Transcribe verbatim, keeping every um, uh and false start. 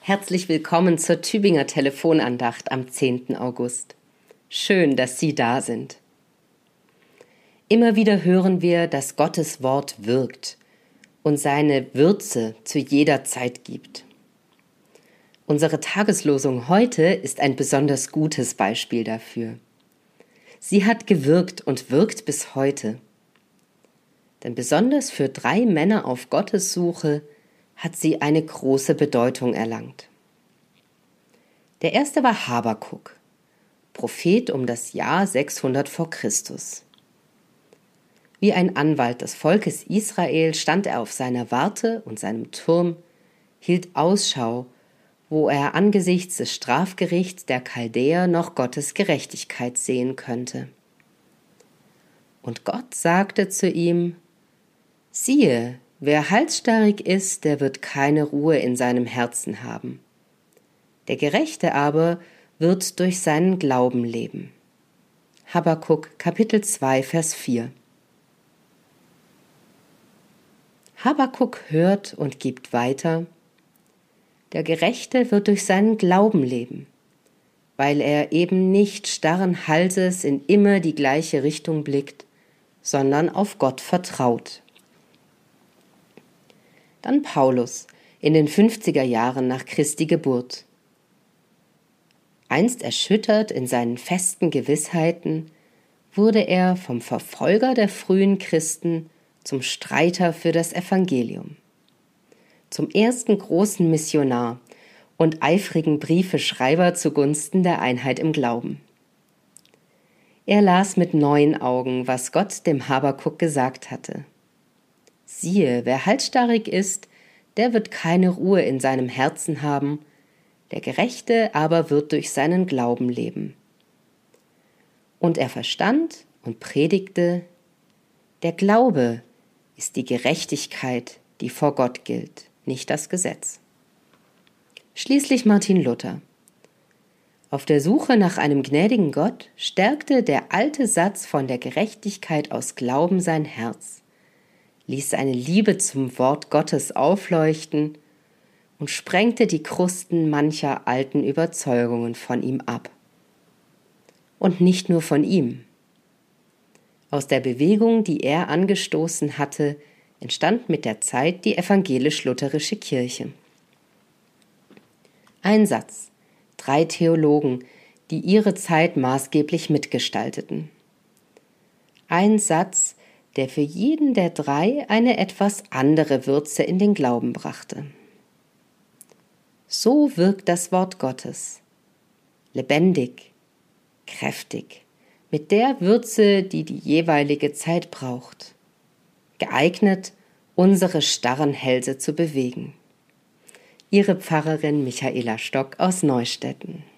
Herzlich willkommen zur Tübinger Telefonandacht am zehnten August. Schön, dass Sie da sind. Immer wieder hören wir, dass Gottes Wort wirkt und seine Würze zu jeder Zeit gibt. Unsere Tageslosung heute ist ein besonders gutes Beispiel dafür. Sie hat gewirkt und wirkt bis heute. Denn besonders für drei Männer auf Gottes Suche hat sie eine große Bedeutung erlangt. Der erste war Habakuk, Prophet um das Jahr sechshundert vor Christus. Wie ein Anwalt des Volkes Israel stand er auf seiner Warte und seinem Turm, hielt Ausschau, wo er angesichts des Strafgerichts der Chaldäer noch Gottes Gerechtigkeit sehen könnte. Und Gott sagte zu ihm: Siehe, wer halsstarrig ist, der wird keine Ruhe in seinem Herzen haben. Der Gerechte aber wird durch seinen Glauben leben. Habakuk, Kapitel zwei, Vers vier. Habakuk hört und gibt weiter: Der Gerechte wird durch seinen Glauben leben, weil er eben nicht starren Halses in immer die gleiche Richtung blickt, sondern auf Gott vertraut. Dann Paulus in den fünfziger Jahren nach Christi Geburt. Einst erschüttert in seinen festen Gewissheiten, wurde er vom Verfolger der frühen Christen zum Streiter für das Evangelium, zum ersten großen Missionar und eifrigen Briefeschreiber zugunsten der Einheit im Glauben. Er las mit neuen Augen, was Gott dem Habakuk gesagt hatte. Siehe, wer halsstarrig ist, der wird keine Ruhe in seinem Herzen haben, der Gerechte aber wird durch seinen Glauben leben. Und er verstand und predigte: Der Glaube ist die Gerechtigkeit, die vor Gott gilt, nicht das Gesetz. Schließlich Martin Luther. Auf der Suche nach einem gnädigen Gott stärkte der alte Satz von der Gerechtigkeit aus Glauben sein Herz, ließ seine Liebe zum Wort Gottes aufleuchten und sprengte die Krusten mancher alten Überzeugungen von ihm ab. Und nicht nur von ihm. Aus der Bewegung, die er angestoßen hatte, entstand mit der Zeit die evangelisch-lutherische Kirche. Ein Satz, drei Theologen, die ihre Zeit maßgeblich mitgestalteten. Ein Satz, der für jeden der drei eine etwas andere Würze in den Glauben brachte. So wirkt das Wort Gottes, lebendig, kräftig, mit der Würze, die die jeweilige Zeit braucht, geeignet, unsere starren Hälse zu bewegen. Ihre Pfarrerin Michaela Stock aus Neustetten.